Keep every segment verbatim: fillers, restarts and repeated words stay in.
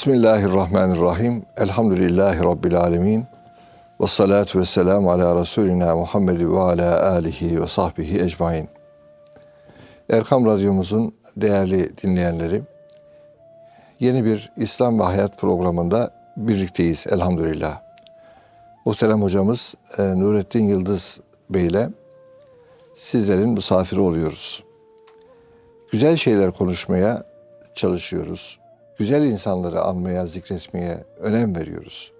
Bismillahirrahmanirrahim. Elhamdülillahi Rabbil alemin. Ve salatu ve selamu ala Resulina Muhammed ve ala alihi ve sahbihi ecmain. Erkam Radyomuzun değerli dinleyenleri, yeni bir İslam ve Hayat programında birlikteyiz elhamdülillah. Muhterem hocamız e, Nurettin Yıldız Bey ile sizlerin misafiri oluyoruz. Güzel şeyler konuşmaya çalışıyoruz. Güzel insanları anmaya, zikretmeye önem veriyoruz.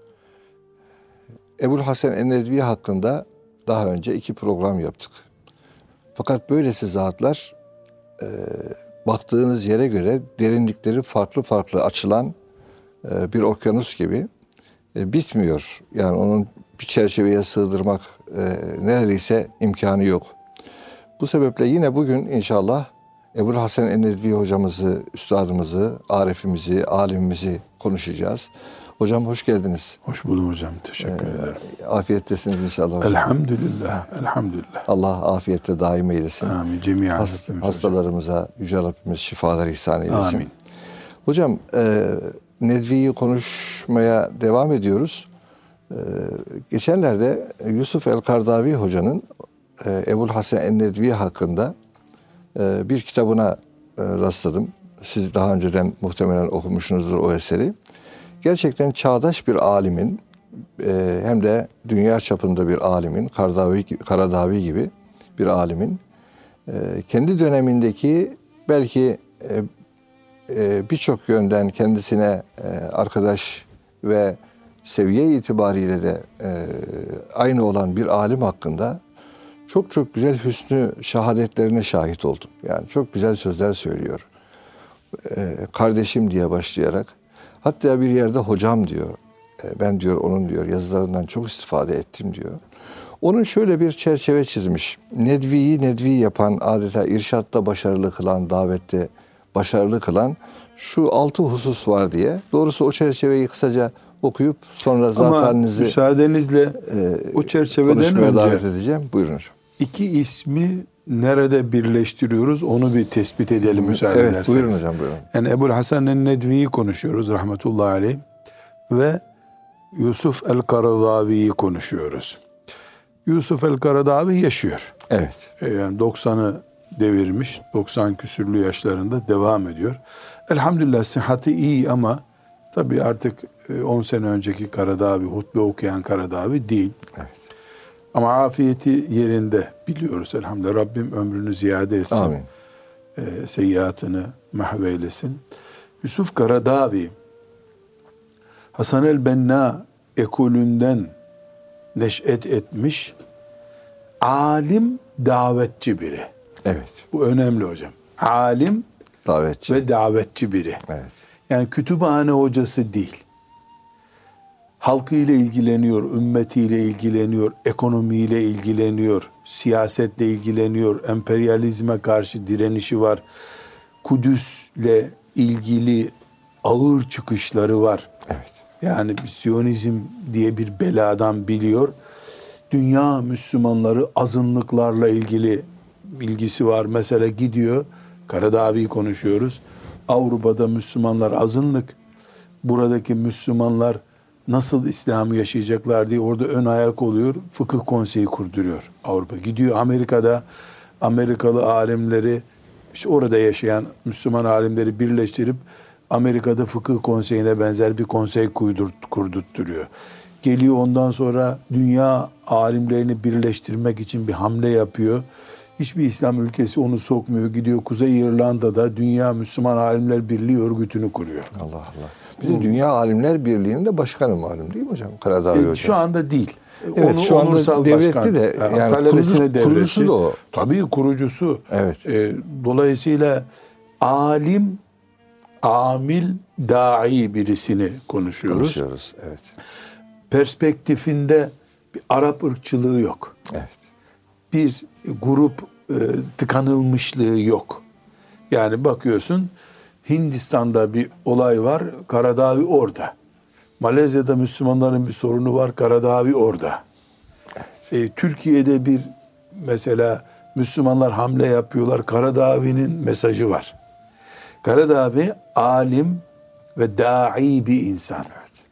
Ebu'l-Hasen en-Nedvi hakkında daha önce iki program yaptık. Fakat böylesi zatlar e, baktığınız yere göre derinlikleri farklı farklı açılan e, bir okyanus gibi e, bitmiyor. Yani onun bir çerçeveye sığdırmak e, neredeyse imkanı yok. Bu sebeple yine bugün inşallah Ebu'l-Hasen en-Nedvi hocamızı, üstadımızı, arifimizi, alimimizi konuşacağız. Hocam hoş geldiniz. Hoş buldum hocam. Teşekkür ee, ederim. Afiyettesiniz inşallah hocam. Elhamdülillah. Elhamdülillah. Allah afiyette daim eylesin. Amin. Cemiyen Hast, hastalarımıza hocam. Yüce Rabbimiz şifalar ihsan eylesin. Amin. Hocam e, Nedvi'yi konuşmaya devam ediyoruz. E, geçenlerde Yusuf el-Kardavi hocanın e, Ebu'l-Hasen en-Nedvi hakkında e, bir kitabına e, rastladım. Siz daha önceden muhtemelen okumuşsunuzdur o eseri. Gerçekten çağdaş bir alimin e, hem de dünya çapında bir alimin, Kardavi, Karadavi gibi bir alimin e, kendi dönemindeki belki e, e, birçok yönden kendisine e, arkadaş ve seviye itibariyle de e, aynı olan bir alim hakkında çok çok güzel hüsnü şehadetlerine şahit oldum. Yani çok güzel sözler söylüyor. E, kardeşim diye başlayarak, hatta bir yerde hocam diyor. Ben diyor onun diyor yazılarından çok istifade ettim diyor. Onun şöyle bir çerçeve çizmiş. Nedvi'yi Nedvi yapan, adeta irşatta başarılı kılan, davette başarılı kılan şu altı husus var diye. Doğrusu o çerçeveyi kısaca okuyup sonra zateninizi müsaadenizle e, o çerçeveden önce davet edeceğim. Buyurun hocam. İki ismi nerede birleştiriyoruz onu bir tespit edelim müsaade evet, ederseniz. Buyurun hocam buyurun. Yani Ebu'l-Hasen en-Nedvi'yi konuşuyoruz rahmetullahi aleyh ve Yusuf el-Karadavi'yi konuşuyoruz. Yusuf el-Karadavi yaşıyor. Evet. Yani doksanı devirmiş, doksan küsürlü yaşlarında devam ediyor. Elhamdülillah sıhhati iyi ama tabii artık on sene önceki Karadavi, hutbe okuyan Karadavi değil. Evet. Ama afiyeti yerinde biliyoruz elhamdülillah. Rabbim ömrünü ziyade etsin. Amin. E, seyyiatını mahveylesin. Yusuf Karadavi, Hasan el-Benna ekolünden neş'et etmiş, alim davetçi biri. Evet. Bu önemli hocam. Alim davetçi ve davetçi biri. Evet. Yani kütüphane hocası değil. Halkıyla ilgileniyor, ümmetiyle ilgileniyor, ekonomiyle ilgileniyor, siyasetle ilgileniyor, emperyalizme karşı direnişi var. Kudüs'le ilgili ağır çıkışları var. Evet. Yani Siyonizm diye bir beladan biliyor. Dünya Müslümanları azınlıklarla ilgili bilgisi var. Mesela gidiyor, Karadavi'yi konuşuyoruz. Avrupa'da Müslümanlar azınlık. Buradaki Müslümanlar nasıl İslam'ı yaşayacaklar diye orada ön ayak oluyor. Fıkıh konseyi kurduruyor Avrupa. Gidiyor Amerika'da Amerikalı alimleri, işte orada yaşayan Müslüman alimleri birleştirip Amerika'da fıkıh konseyine benzer bir konsey kurdurtturuyor. Geliyor ondan sonra dünya alimlerini birleştirmek için bir hamle yapıyor. Hiçbir İslam ülkesi onu sokmuyor. Gidiyor Kuzey İrlanda'da Dünya Müslüman Alimler Birliği örgütünü kuruyor. Allah Allah. Bir de Dünya Alimler Birliği'nin de başkanı malum değil mi hocam? Karadavi e, hocam. Şu anda değil. Evet, Onu, şu anda devletti başkan. de yani, yani talebesine kurucu, devletti. kurucusu da o. Tabii kurucusu. Evet. E, dolayısıyla alim, amil, da'i birisini konuşuyoruz. Konuşuyoruz. Evet. Perspektifinde bir Arap ırkçılığı yok. Evet. Bir grup e, tıkanılmışlığı yok. Yani bakıyorsun Hindistan'da bir olay var, Karadavi orada. Malezya'da Müslümanların bir sorunu var, Karadavi orada. Evet. E, Türkiye'de bir mesela Müslümanlar hamle yapıyorlar, Karadavi'nin mesajı var. Karadavi alim, ve da'i bir insan.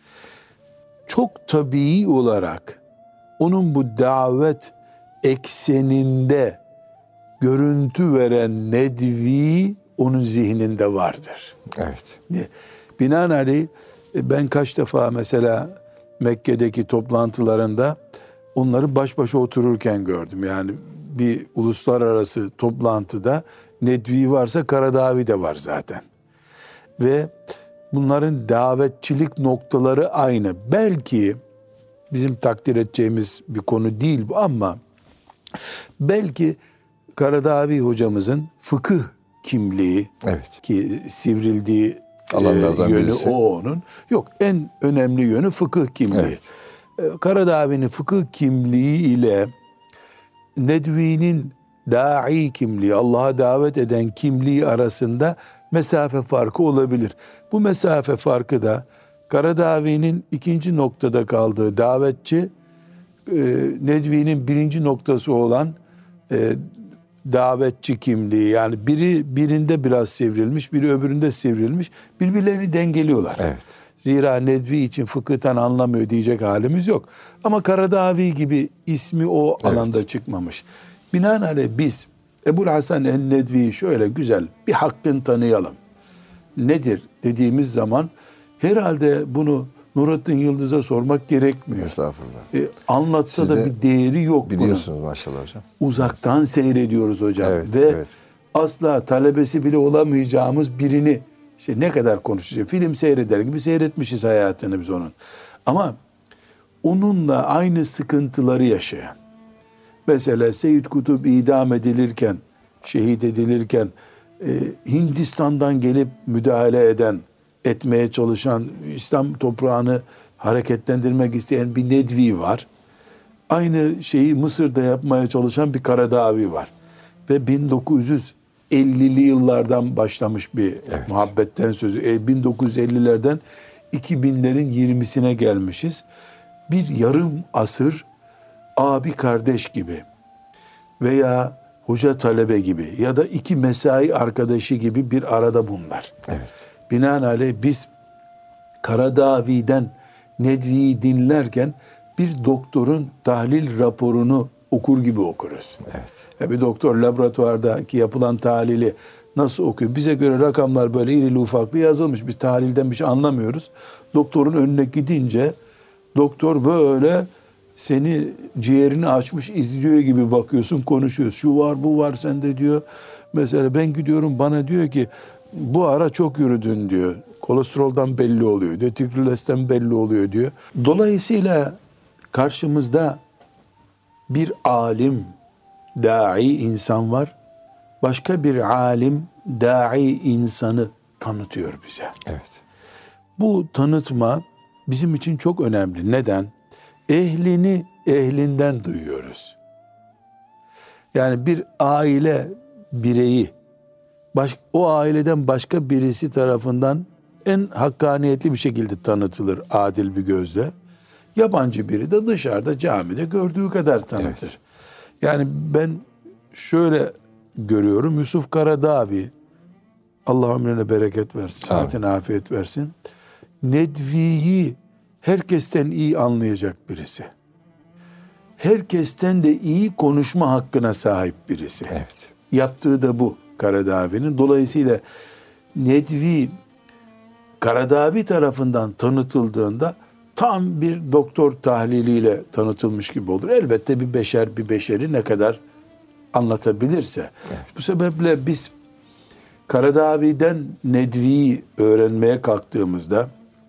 Çok tabii olarak onun bu davet ekseninde görüntü veren nedvi onun zihninde vardır. Evet. Binaenaleyh ben kaç defa mesela Mekke'deki toplantılarında onları baş başa otururken gördüm. Yani bir uluslararası toplantıda nedvi varsa Karadavi de var zaten. Ve bunların davetçilik noktaları aynı. Belki bizim takdir edeceğimiz bir konu değil bu ama belki Karadavi hocamızın fıkıh kimliği, Evet. ki sivrildiği Alanlardan yönü birisi. o onun. Yok, en önemli yönü fıkıh kimliği. Evet. Karadavi'nin fıkıh kimliği ile Nedvi'nin da'i kimliği, Allah'a davet eden kimliği arasında mesafe farkı olabilir. Bu mesafe farkı da Karadavi'nin ikinci noktada kaldığı davetçi, Nedvi'nin birinci noktası olan e, davetçi kimliği, yani biri birinde biraz sivrilmiş, biri öbüründe sivrilmiş, birbirlerini dengeliyorlar. Evet. Zira Nedvi için fıkıhtan anlamıyor diyecek halimiz yok. Ama Karadavi gibi ismi o Evet. alanda çıkmamış. Binaenaleyh biz Ebul Hasan el-Nedvi'yi şöyle güzel bir hakkını tanıyalım. Nedir dediğimiz zaman herhalde bunu Nurattin Yıldız'a sormak gerekmiyor. Estağfurullah. E, anlatsa Siz da de bir değeri yok bunun. Biliyorsunuz maşallah hocam. Uzaktan seyrediyoruz hocam. Evet, Ve evet. asla talebesi bile olamayacağımız birini işte ne kadar konuşacak, film seyreder gibi seyretmişiz hayatını biz onun. Ama onunla aynı sıkıntıları yaşayan, mesela Seyyid Kutup idam edilirken, şehit edilirken e, Hindistan'dan gelip müdahale eden, etmeye çalışan, İslam toprağını hareketlendirmek isteyen bir Nedvi var. Aynı şeyi Mısır'da yapmaya çalışan bir Karadavi var. Ve bin dokuz yüz ellili yıllardan başlamış bir Evet. muhabbetten sözü. E, bin dokuz yüz ellilerden iki binlerin yirmisine gelmişiz. Bir yarım asır abi kardeş gibi veya hoca talebe gibi ya da iki mesai arkadaşı gibi bir arada bunlar. Evet. Binaenaleyh biz Karadavi'den Nedvi'yi dinlerken bir doktorun tahlil raporunu okur gibi okuruz. Evet. Ya bir doktor laboratuvardaki yapılan tahlili nasıl okuyor? Bize göre rakamlar böyle irili ufaklı yazılmış. Biz tahlilden bir şey anlamıyoruz. Doktorun önüne gidince doktor böyle seni ciğerini açmış izliyor gibi bakıyorsun, konuşuyor. Şu var, bu var sende diyor. Mesela ben gidiyorum, bana diyor ki bu ara çok yürüdün diyor. Kolesteroldan belli oluyor. Detikrilesten belli oluyor diyor. Dolayısıyla karşımızda bir alim, da'i insan var. Başka bir alim, da'i insanı tanıtıyor bize. Evet. Bu tanıtma bizim için çok önemli. Neden? Ehlini ehlinden duyuyoruz. Yani bir aile bireyi baş, o aileden başka birisi tarafından en hakkaniyetli bir şekilde tanıtılır adil bir gözle. Yabancı biri de dışarıda camide gördüğü kadar tanıtır. Evet. Yani ben şöyle görüyorum, Yusuf Karadavi, Allah ömrüne bereket versin, sıhhatine afiyet versin. Nedvi'yi herkesten iyi anlayacak birisi. Herkesten de iyi konuşma hakkına sahip birisi. Evet. Yaptığı da bu Karadavi'nin. Dolayısıyla Nedvi Karadavi tarafından tanıtıldığında tam bir doktor tahliliyle tanıtılmış gibi olur. Elbette bir beşer bir beşeri ne kadar anlatabilirse. Evet. Bu sebeple biz Karadavi'den Nedvi'yi öğrenmeye kalktığımızda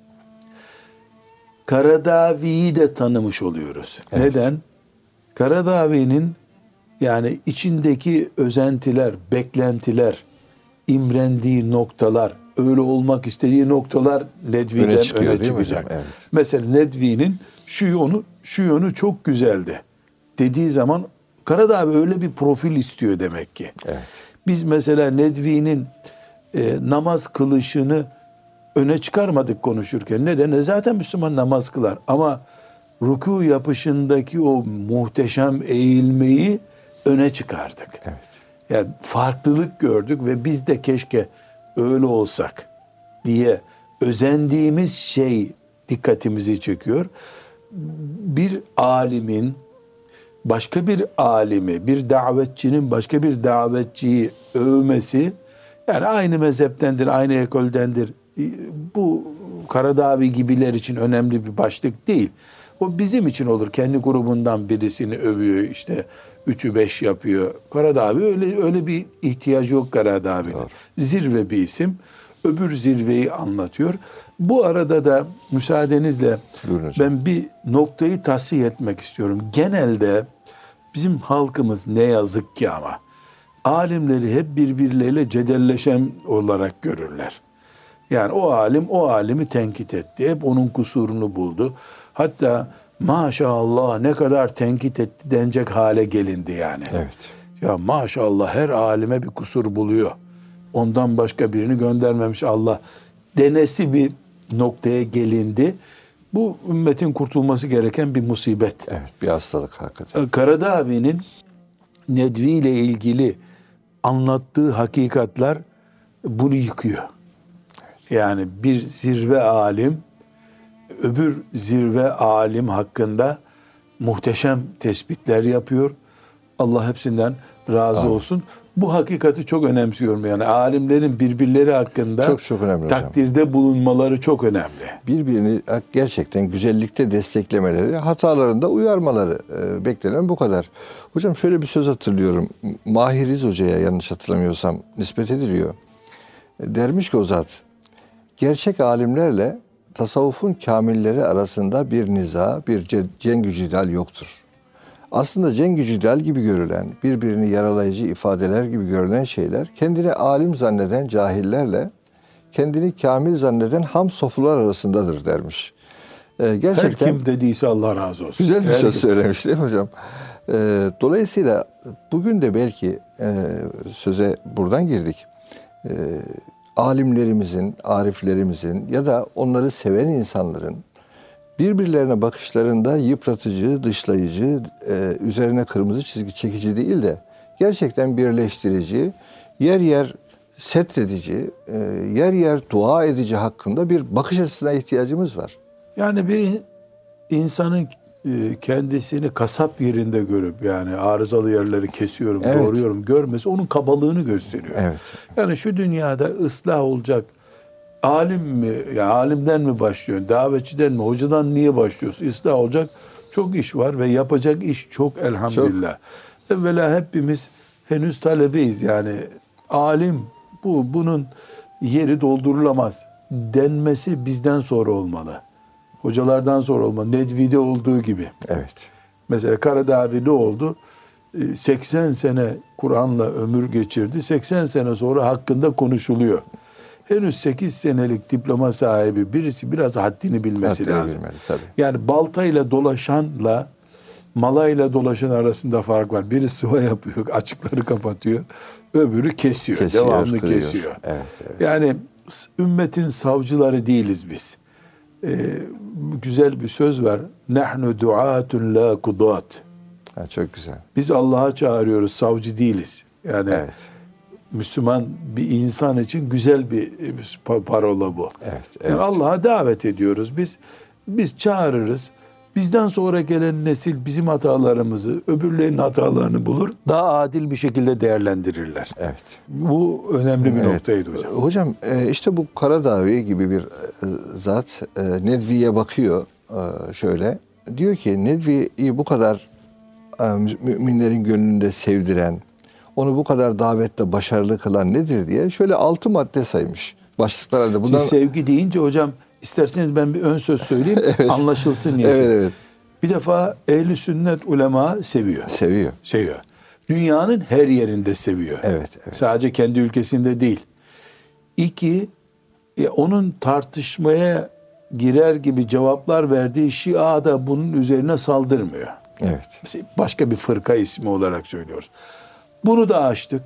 Karadavi'yi de tanımış oluyoruz. Evet. Neden? Karadavi'nin yani içindeki özentiler, beklentiler, imrendiği noktalar, öyle olmak istediği noktalar Nedvi'den Öne öne, çıkıyor, değil mi çıkacak. hocam? Evet. Mesela Nedvi'nin şu yönü, şu yönü çok güzeldi dediği zaman Karadavi öyle bir profil istiyor demek ki. Evet. Biz mesela Nedvi'nin e, namaz kılışını öne çıkarmadık konuşurken. Neden? E zaten Müslüman namaz kılar. Ama ruku yapışındaki o muhteşem eğilmeyi öne çıkardık. Evet. Yani farklılık gördük ve biz de keşke öyle olsak diye özendiğimiz şey dikkatimizi çekiyor. Bir alimin başka bir alimi, bir davetçinin başka bir davetçiyi övmesi, yani aynı mezheptendir, aynı ekoldendir. Bu Karadavi gibiler için önemli bir başlık değil. O bizim için olur. Kendi grubundan birisini övüyor, işte üçü beş yapıyor. Karadavi öyle öyle bir ihtiyacı yok Karadavi'nin. Zirve bir isim. Öbür zirveyi anlatıyor. Bu arada da müsaadenizle ben bir noktayı tahsih etmek istiyorum. Genelde bizim halkımız ne yazık ki ama alimleri hep birbirleriyle cedelleşen olarak görürler. Yani o alim o alimi tenkit etti. Hep onun kusurunu buldu. Hatta maşallah ne kadar tenkit etti denecek hale gelindi yani. Evet. Ya maşallah her alime bir kusur buluyor. Ondan başka birini göndermemiş Allah denesi bir noktaya gelindi. Bu ümmetin kurtulması gereken bir musibet. Evet, bir hastalık hakikaten. Karadavi'nin Nedvi ile ilgili anlattığı hakikatler bunu yıkıyor. Yani bir zirve alim öbür zirve alim hakkında muhteşem tespitler yapıyor. Allah hepsinden razı Amin. olsun. Bu hakikati çok önemsiyorum yani. Alimlerin birbirleri hakkında çok çok önemli takdirde hocam. bulunmaları çok önemli. Birbirini gerçekten güzellikte desteklemeleri, hatalarında uyarmaları e, beklenen bu kadar. Hocam şöyle bir söz hatırlıyorum. Mahir İz Hoca'ya yanlış hatırlamıyorsam nispet ediliyor. E, dermiş ki o zat, gerçek alimlerle tasavvufun kamilleri arasında bir niza, bir cenk-ü cidal yoktur. Aslında cenk-i cidal gibi görülen, birbirini yaralayıcı ifadeler gibi görülen şeyler, kendini alim zanneden cahillerle, kendini kamil zanneden ham sofular arasındadır dermiş. Ee, gerçekten, her kim dediyse Allah razı olsun. Güzel bir her söz kim. söylemiş değil mi hocam? Ee, dolayısıyla bugün de belki e, söze buradan girdik. Ee, alimlerimizin, ariflerimizin ya da onları seven insanların birbirlerine bakışlarında yıpratıcı, dışlayıcı, e, üzerine kırmızı çizgi çekici değil de gerçekten birleştirici, yer yer setredici, e, yer yer dua edici hakkında bir bakış açısına ihtiyacımız var. Yani bir insanın e, kendisini kasap yerinde görüp yani arızalı yerleri kesiyorum, evet. doğruyorum görmesi onun kabalığını gösteriyor. Evet. Yani şu dünyada ıslah olacak alim mi, yani alimden mi başlıyorsun, davetçiden mi, hocadan niye başlıyorsun? İslah olacak çok iş var ve yapacak iş çok elhamdülillah. Çok. Evvela hepimiz henüz talebeyiz yani alim bu bunun yeri doldurulamaz denmesi bizden sonra olmalı. Hocalardan sonra olmalı. Nedvi'de olduğu gibi. Evet. Mesela Karadavi ne oldu? seksen sene Kur'an'la ömür geçirdi. seksen sene sonra hakkında konuşuluyor. Henüz sekiz senelik diploma sahibi birisi biraz haddini bilmesi Haddini lazım. Bilmeli, tabii. Yani baltayla dolaşanla malayla dolaşan arasında fark var. Biri sıva yapıyor, açıkları kapatıyor. Öbürü kesiyor, kesiyor devamlı kırıyor. kesiyor. Evet, evet. Yani ümmetin savcıları değiliz biz. Ee, güzel bir söz var. Nahnu duatun la kudat. Ha, çok güzel. Biz Allah'a çağırıyoruz, savcı değiliz. Yani evet. Müslüman bir insan için güzel bir parola bu. Evet, evet. Yani Allah'a davet ediyoruz. Biz biz çağırırız. Bizden sonra gelen nesil bizim hatalarımızı, öbürlerinin hatalarını bulur. Daha adil bir şekilde değerlendirirler. Evet. Bu önemli bir evet. noktaydı hocam. Hocam işte bu Karadavi gibi bir zat Nedvi'ye bakıyor şöyle. Diyor ki Nedvi'yi bu kadar müminlerin gönlünde sevdiren, onu bu kadar davette başarılı kılan nedir diye şöyle altı madde saymış. Başlıklarda bundan... Şimdi sevgi deyince hocam isterseniz ben bir ön söz söyleyeyim evet. anlaşılsın diye. Evet, evet. Bir defa ehli sünnet ulema seviyor. Seviyor. Seviyor. Dünyanın her yerinde seviyor. Evet, evet. Sadece kendi ülkesinde değil. İki, e, onun tartışmaya girer gibi cevaplar verdiği Şia da bunun üzerine saldırmıyor. Evet. Başka bir fırka ismi olarak söylüyoruz. Bunu da açtık.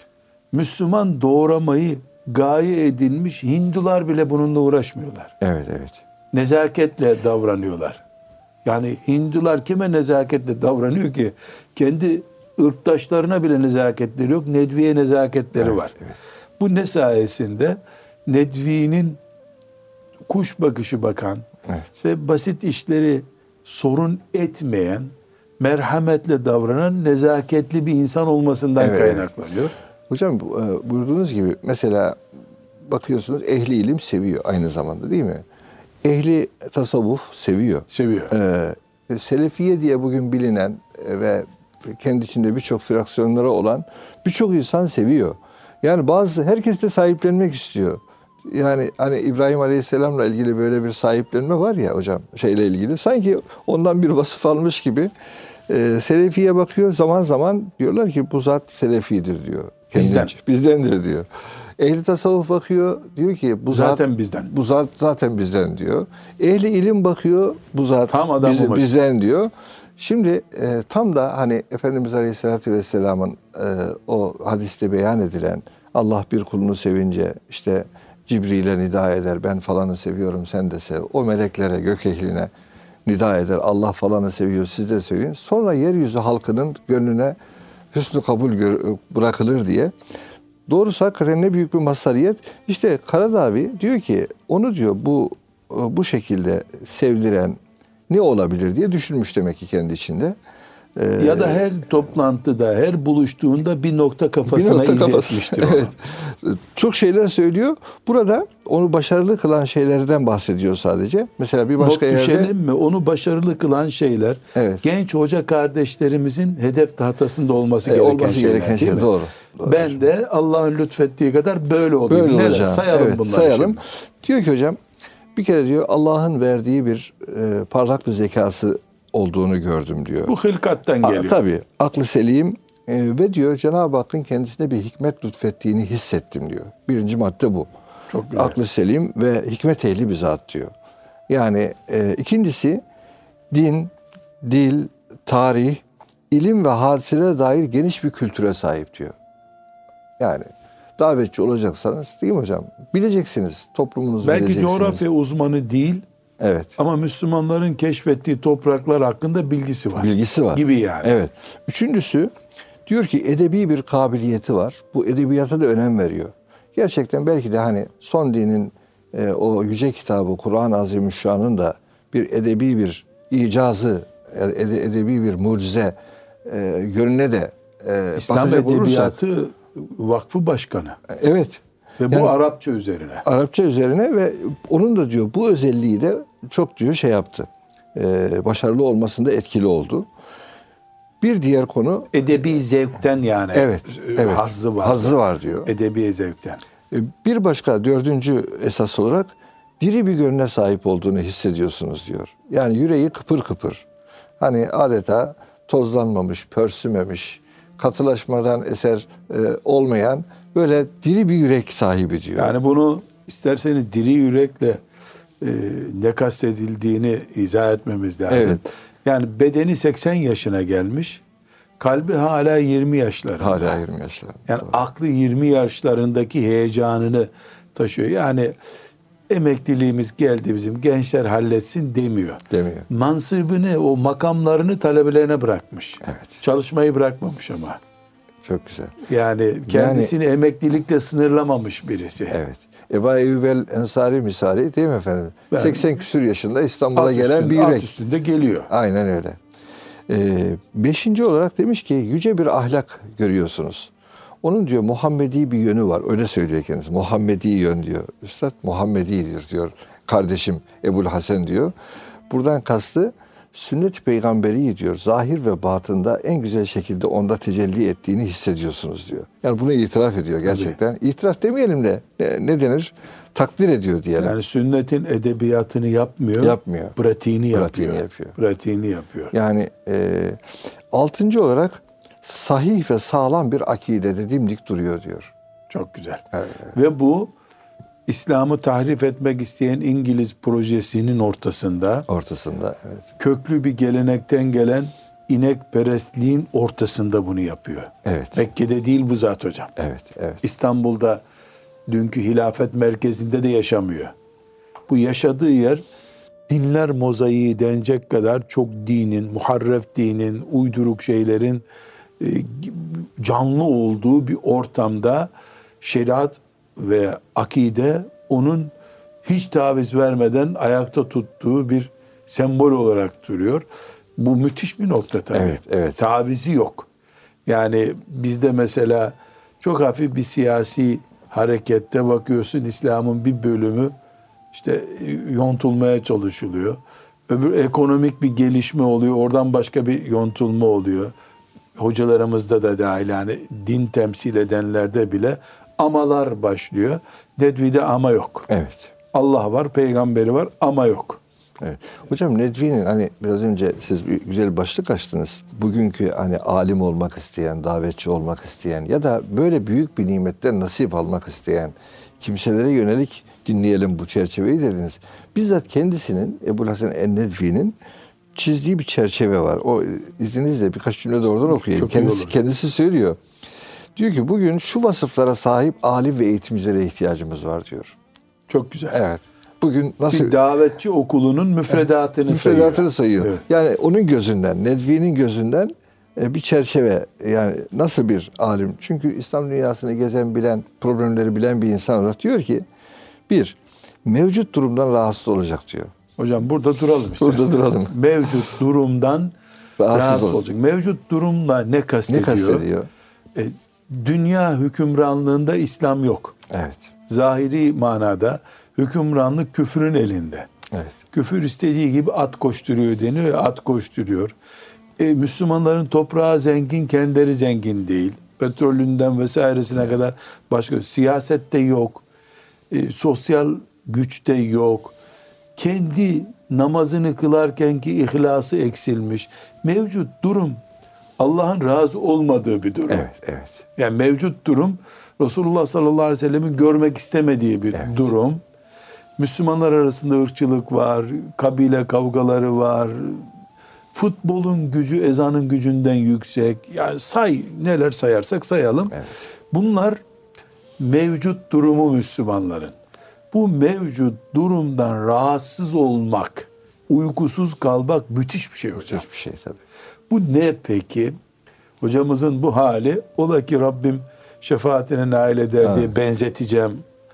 Müslüman doğramayı gaye edinmiş Hindular bile bununla uğraşmıyorlar. Evet, evet. Nezaketle davranıyorlar. Yani Hindular kime nezaketle davranıyor ki? Kendi ırktaşlarına bile nezaketleri yok. Nedvi'ye nezaketleri evet, var. Evet. Bu ne sayesinde? Nedvi'nin kuş bakışı bakan Evet. ve basit işleri sorun etmeyen, merhametle davranan, nezaketli bir insan olmasından Evet. kaynaklanıyor. Hocam bu- e, buyurduğunuz gibi mesela bakıyorsunuz ehli ilim seviyor aynı zamanda değil mi? Ehli tasavvuf seviyor. Seviyor. Ee, Selefiye diye bugün bilinen e, ve kendi içinde birçok fraksiyonları olan birçok insan seviyor. Yani bazı herkes de sahiplenmek istiyor. Yani hani İbrahim Aleyhisselam'la ilgili böyle bir sahiplenme var ya hocam şeyle ilgili. Sanki ondan bir vasıf almış gibi. Ee, Selefiye bakıyor zaman zaman diyorlar ki bu zat Selefidir diyor. Kendince. Bizden. Bizdendir diyor. Ehli tasavvuf bakıyor diyor ki bu Zaten zat bizden. Bu zat zaten bizden diyor. Ehli ilim bakıyor bu zat Tam adamımız. biz- bizden diyor. Şimdi e, tam da hani Efendimiz Aleyhisselatü Vesselam'ın e, o hadiste beyan edilen Allah bir kulunu sevince işte Cibril'e nida eder ben falanı seviyorum sen de sev. O meleklere gök ehline nida eder Allah falanı seviyor siz de sevin. Sonra yeryüzü halkının gönlüne hüsnü kabul gör- bırakılır diye. Doğrusu hakikaten ne büyük bir mazhariyet. İşte Karadavi diyor ki onu diyor bu bu şekilde sevdiren ne olabilir diye düşünmüş demek ki kendi içinde. Ee, Ya da her toplantıda, her buluştuğunda bir nokta bir kafasına nokta iz kafası- etmiştir ona. Evet. Çok şeyler söylüyor. Burada onu başarılı kılan şeylerden bahsediyor sadece. Mesela bir başka Not yerde düşelim mi? Onu başarılı kılan şeyler Evet. genç hoca kardeşlerimizin hedef tahtasında olması e, gereken olması şeyler. gereken değil şey mi? doğru. doğru. Ben de Allah'ın lütfettiği kadar böyle olayım. Böyle Neler? olacağım. Sayalım Evet, bunları sayalım. şimdi. Diyor ki hocam bir kere diyor Allah'ın verdiği bir e, parlak bir zekası olduğunu gördüm diyor. Bu hılkattan A, geliyor. tabii aklı selim e, ve diyor Cenab-ı Hakk'ın kendisine bir hikmet lütfettiğini hissettim diyor. Birinci madde bu. Çok güzel. Aklı selim ve hikmet ehli bir zat diyor. Yani e, ikincisi din, dil, tarih, ilim ve hadiselere dair geniş bir kültüre sahip diyor. Yani davetçi olacaksanız değil mi hocam? Bileceksiniz, toplumunuzu Belki bileceksiniz. coğrafya uzmanı değil Evet. ama Müslümanların keşfettiği topraklar hakkında bilgisi var. Bilgisi var. Gibi yani. Evet. Üçüncüsü diyor ki edebi bir kabiliyeti var. Bu edebiyata da önem veriyor. Gerçekten belki de hani son dinin e, o yüce kitabı Kur'an-ı Azimüşşan'ın da bir edebi bir icazı, ede, edebi bir mucize e, yönüne de e, İslam bakacak olursak- Edebiyatı Vakfı Başkanı. Evet. Ve bu Yani- Arapça üzerine. Arapça üzerine ve onun da diyor bu özelliği de çok diyor şey yaptı. E, başarılı olmasında etkili oldu. Bir diğer konu Edebi zevkten yani. evet, e, evet. Hazzı var. Hazzı var diyor. Edebi zevkten. E, Bir başka dördüncü esas olarak diri bir gönle sahip olduğunu hissediyorsunuz diyor. Yani yüreği kıpır kıpır. Hani adeta tozlanmamış, pörsümemiş, katılaşmadan eser e, olmayan böyle diri bir yürek sahibi diyor. Yani bunu isterseniz diri yürekle e, ne kastedildiğini izah etmemiz lazım. Evet. Yani bedeni seksen yaşına gelmiş, kalbi hala yirmi yaşlarında. Hala yirmi yaşlarında. Yani aklı yirmi yaşlarındaki heyecanını taşıyor. Yani emekliliğimiz geldi bizim, gençler halletsin demiyor. Demiyor. Mansıbını, o makamlarını talebelerine bırakmış. Evet. Çalışmayı bırakmamış ama. Çok güzel. Yani kendisini emeklilikle sınırlamamış birisi. Evet. Eba Eyyub el Ensari misali değil mi efendim? Ben- seksen küsür yaşında İstanbul'a At gelen üstünde, bir yürek. At üstünde geliyor. Aynen öyle. Ee, beşinci olarak demiş ki yüce bir ahlak görüyorsunuz. Onun diyor Muhammedi bir yönü var. Öyle söylüyor kendisi. Muhammedi yön diyor. Üstad Muhammedidir diyor. Kardeşim Ebul Hasan diyor. Buradan kastı sünnet-i peygamberi diyor. Zahir ve batında en güzel şekilde onda tecelli ettiğini hissediyorsunuz diyor. Yani bunu itiraf ediyor gerçekten. İtiraf demeyelim de ne, ne denir? Takdir ediyor diyelim. Yani sünnetin edebiyatını yapmıyor. Yapmıyor. Pratiğini, Pratiğini yapıyor. yapıyor. Pratiğini yapıyor. Yani e, altıncı olarak sahih ve sağlam bir akidede dimdik duruyor diyor. Çok güzel. Evet. Ve bu İslam'ı tahrif etmek isteyen İngiliz projesinin ortasında, Ortasında. Evet. köklü bir gelenekten gelen inekperestliğin ortasında bunu yapıyor. Evet. Mekke'de değil bu zat hocam. Evet. Evet. İstanbul'da dünkü hilafet merkezinde de yaşamıyor. Bu yaşadığı yer dinler mozaiği denecek kadar çok dinin, muharref dinin, uyduruk şeylerin e, canlı olduğu bir ortamda şeriat ve akide onun hiç taviz vermeden ayakta tuttuğu bir sembol olarak duruyor. Bu müthiş bir nokta tabii. Evet, evet. Tavizi yok. Yani bizde mesela çok hafif bir siyasi harekette bakıyorsun, İslam'ın bir bölümü işte yontulmaya çalışılıyor. Öbür ekonomik bir gelişme oluyor. Oradan başka bir yontulma oluyor. Hocalarımızda da dahil, yani din temsil edenlerde bile amalar başlıyor. Nedvi'de ama yok. Evet. Allah var, peygamberi var ama yok. Evet. Hocam Nedvi'nin hani biraz önce siz bir güzel başlık açtınız. Bugünkü hani alim olmak isteyen, davetçi olmak isteyen ya da böyle büyük bir nimetten nasip almak isteyen kimselere yönelik dinleyelim bu çerçeveyi dediniz. Bizzat kendisinin, Ebu Hasan en-Nedvi'nin çizdiği bir çerçeve var. O izninizle birkaç cümle de oradan okuyayım. Çok iyi Kendisi, olur. kendisi söylüyor. Diyor ki bugün şu vasıflara sahip alim ve eğitimcilere ihtiyacımız var diyor. Çok güzel. Evet. Bugün nasıl Bir davetçi okulunun müfredatını, müfredatını sayıyor. Evet. Yani onun gözünden, Nedvi'nin gözünden e, bir çerçeve, yani nasıl bir alim? Çünkü İslam dünyasını gezen, bilen, problemleri bilen bir insan olarak diyor ki, bir, mevcut durumdan rahatsız olacak diyor. Hocam burada duralım istersen. Burada duralım. Mevcut durumdan rahatsız, Rahatsız olacak. Mevcut durumla ne kastediyor? Ne kastediyor? E, dünya hükümranlığında İslam yok. Evet. Zahiri manada hükümranlık küfrün elinde. Evet. Küfür istediği gibi at koşturuyor deniyor ya, at koşturuyor. E, Müslümanların toprağı zengin, kendileri zengin değil. Petrolünden vesairesine evet. kadar başka. Siyasette yok. E, sosyal güçte yok. Kendi namazını kılarken ki ihlası eksilmiş. Mevcut durum Allah'ın razı olmadığı bir durum. Evet, evet. Yani mevcut durum Resulullah sallallahu aleyhi ve sellem'in görmek istemediği bir Evet. durum. Müslümanlar arasında ırkçılık var, kabile kavgaları var. Futbolun gücü ezanın gücünden yüksek. Yani say, neler sayarsak sayalım. Evet. Bunlar mevcut durumu Müslümanların. Bu mevcut durumdan rahatsız olmak, uykusuz kalmak müthiş bir şey hocam. Hiçbir şey tabii. Bu ne peki? Hocamızın bu hali, ola ki Rabbim şefaatine nail eder diye evet. benzeteceğim.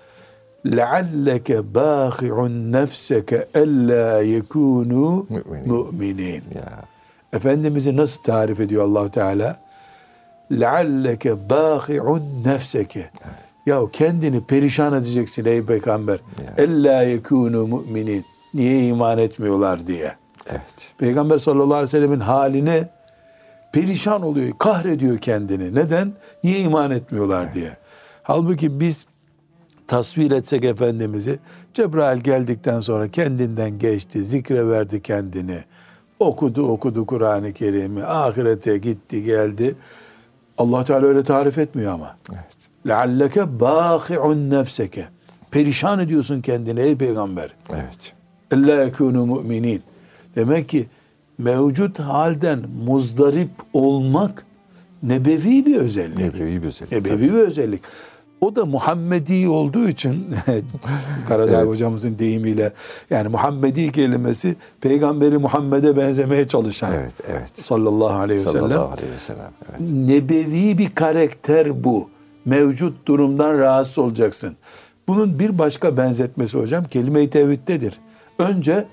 لَعَلَّكَ بَاخِعُ نَفْسَكَ اَلَّا يَكُونُوا مُؤْمِنِينَ. Ya. Efendimiz'i nasıl tarif ediyor Allah Teala? لَعَلَّكَ بَاخِعُ نَفْسَكَ. Ya kendini perişan edeceksin ey peygamber. اَلَّا يَكُونُوا مُؤْمِنِينَ. Niye iman etmiyorlar diye. Evet. Peygamber sallallahu aleyhi ve sellemin haline perişan oluyor, kahrediyor kendini. Neden? Niye iman etmiyorlar evet. diye. Halbuki biz tasvir etsek Efendimiz'i, Cebrail geldikten sonra kendinden geçti, zikre verdi kendini. Okudu okudu Kur'an-ı Kerim'i, ahirete gitti geldi. Allah Teala öyle tarif etmiyor ama. Evet. لَعَلَّكَ بَاخِعُنْ نَفْسَكَ. Perişan ediyorsun kendini ey peygamber. Evet. اَلَّا يَكُونُوا مُؤْمِنِينَ. Demek ki mevcut halden muzdarip olmak nebevi bir özellik. Nebevi bir özellik. Nebevi bir özellik. O da Muhammedi olduğu için Karadağ evet. hocamızın deyimiyle, yani Muhammedi kelimesi peygamberi Muhammed'e benzemeye çalışan. Evet, evet. Sallallahu aleyhi ve sellem. Sallallahu aleyhi ve sellem. Evet. Nebevi bir karakter bu. Mevcut durumdan rahatsız olacaksın. Bunun bir başka benzetmesi hocam kelime-i tevhiddedir. Önce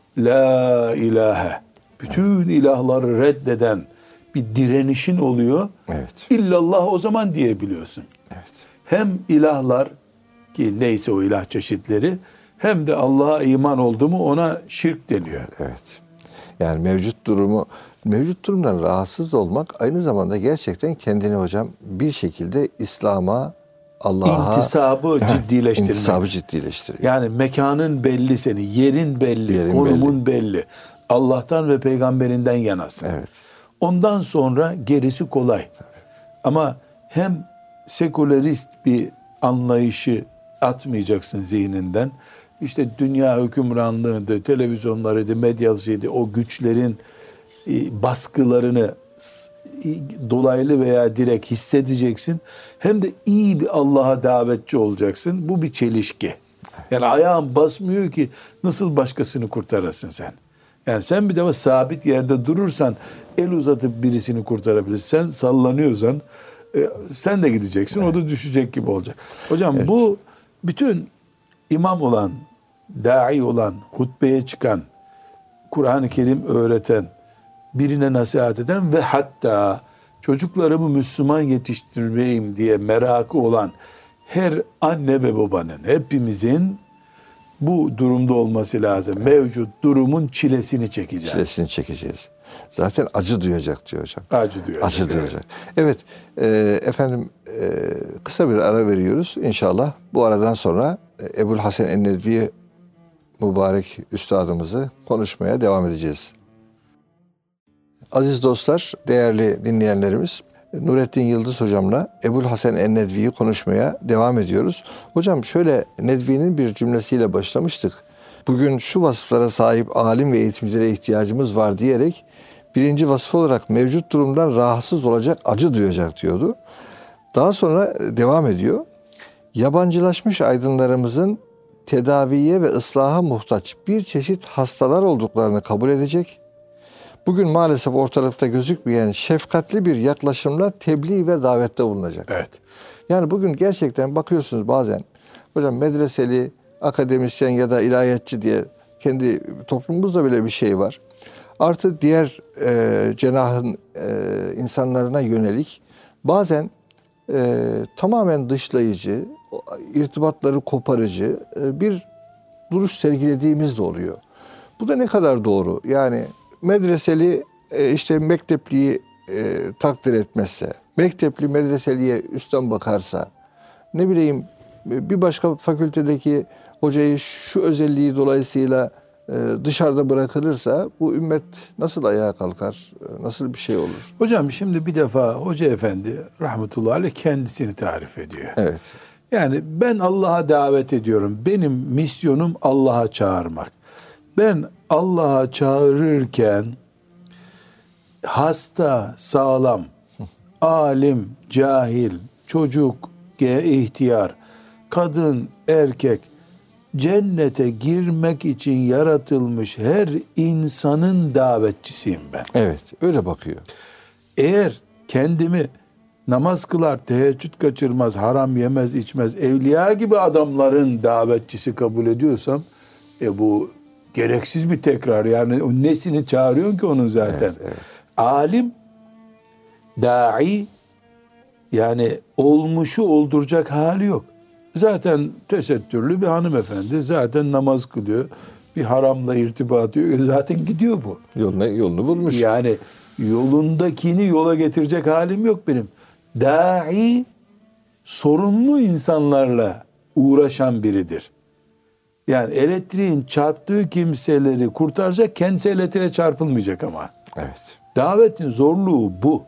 la ilahe. Bütün evet. ilahları reddeden bir direnişin oluyor. Evet. İllallah o zaman diyebiliyorsun. Evet. Hem ilahlar ki neyse o ilah çeşitleri, hem de Allah'a iman oldu mu ona şirk deniyor. Evet. Yani mevcut durumu, mevcut durumdan rahatsız olmak aynı zamanda gerçekten kendini hocam bir şekilde İslam'a, Allah'a intisabı ciddileştirmek. İntisabı ciddileştiriyor. Yani mekanın belli senin, yerin belli, Yerin konumun belli. belli. Allah'tan ve peygamberinden yanasın. Evet. Ondan sonra gerisi kolay. Tabii. Ama hem sekülerist bir anlayışı atmayacaksın zihninden. İşte dünya hükümranlığıydı, televizyonlarıydı, medyasıydı, o güçlerin baskılarını dolaylı veya direkt hissedeceksin. Hem de iyi bir Allah'a davetçi olacaksın. Bu bir çelişki. Yani ayağın basmıyor ki nasıl başkasını kurtarasın sen. Yani sen bir defa sabit yerde durursan el uzatıp birisini kurtarabilirsin. Sen sallanıyorsan e, sen de gideceksin. Evet. O da düşecek gibi olacak. Hocam evet. bu bütün imam olan dai olan, hutbeye çıkan, Kur'an-ı Kerim öğreten, birine nasihat eden ve hatta çocuklarımı Müslüman yetiştirmeyim diye merakı olan her anne ve babanın, hepimizin bu durumda olması lazım. Evet. Mevcut durumun çilesini çekeceğiz. Çilesini çekeceğiz. Zaten acı duyacak diyor hocam. Acı duyacak. Acı duyacak. Evet, e, efendim e, kısa bir ara veriyoruz. İnşallah bu aradan sonra e, Ebu'l Hasen en-Nedvi mübarek üstadımızı konuşmaya devam edeceğiz. Aziz dostlar, değerli dinleyenlerimiz, Nurettin Yıldız hocamla Ebu'l Hasen en-Nedvi'yi konuşmaya devam ediyoruz. Hocam şöyle Nedvi'nin bir cümlesiyle başlamıştık. Bugün şu vasıflara sahip alim ve eğitimcilere ihtiyacımız var diyerek birinci vasıf olarak mevcut durumdan rahatsız olacak, acı duyacak diyordu. Daha sonra devam ediyor. Yabancılaşmış aydınlarımızın tedaviye ve ıslaha muhtaç bir çeşit hastalar olduklarını kabul edecek. Bugün maalesef ortalıkta gözükmeyen şefkatli bir yaklaşımla tebliğ ve davette bulunacak. Evet. Yani bugün gerçekten bakıyorsunuz bazen hocam medreseli, akademisyen ya da ilahiyatçı diye kendi toplumumuzda bile bir şey var. Artı diğer e, cenahın e, insanlarına yönelik bazen e, tamamen dışlayıcı, irtibatları koparıcı e, bir duruş sergilediğimiz de oluyor. Bu da ne kadar doğru? Yani medreseli e, işte mektepliyi e, takdir etmezse, mektepli medreseliye üstten bakarsa, ne bileyim bir başka fakültedeki hocayı şu özelliği dolayısıyla e, dışarıda bırakılırsa bu ümmet nasıl ayağa kalkar, e, nasıl bir şey olur? Hocam şimdi bir defa Hoca Efendi rahmetullahi aleyh kendisini tarif ediyor. Evet. Yani ben Allah'a davet ediyorum. Benim misyonum Allah'a çağırmak. Ben Allah'a çağırırken hasta, sağlam, alim, cahil, çocuk, ihtiyar, kadın, erkek, cennete girmek için yaratılmış her insanın davetçisiyim ben. Evet, öyle bakıyor. Eğer kendimi namaz kılar, teheccüd kaçırmaz, haram yemez, içmez, evliya gibi adamların davetçisi kabul ediyorsam, e bu gereksiz bir tekrar. Yani o nesini çağırıyorsun ki onun zaten. Evet, evet. Alim, da'i, yani olmuşu olduracak hali yok. Zaten tesettürlü bir hanımefendi, zaten namaz kılıyor, bir haramla irtibat ediyor, zaten gidiyor bu. Yolunu, yolunu bulmuş. Yani yolundakini yola getirecek halim yok benim. Da'i, sorunlu insanlarla uğraşan biridir. Yani elektriğin çarptığı kimseleri kurtaracak, kendisi elektriğe çarpılmayacak ama. Evet. Davetin zorluğu bu.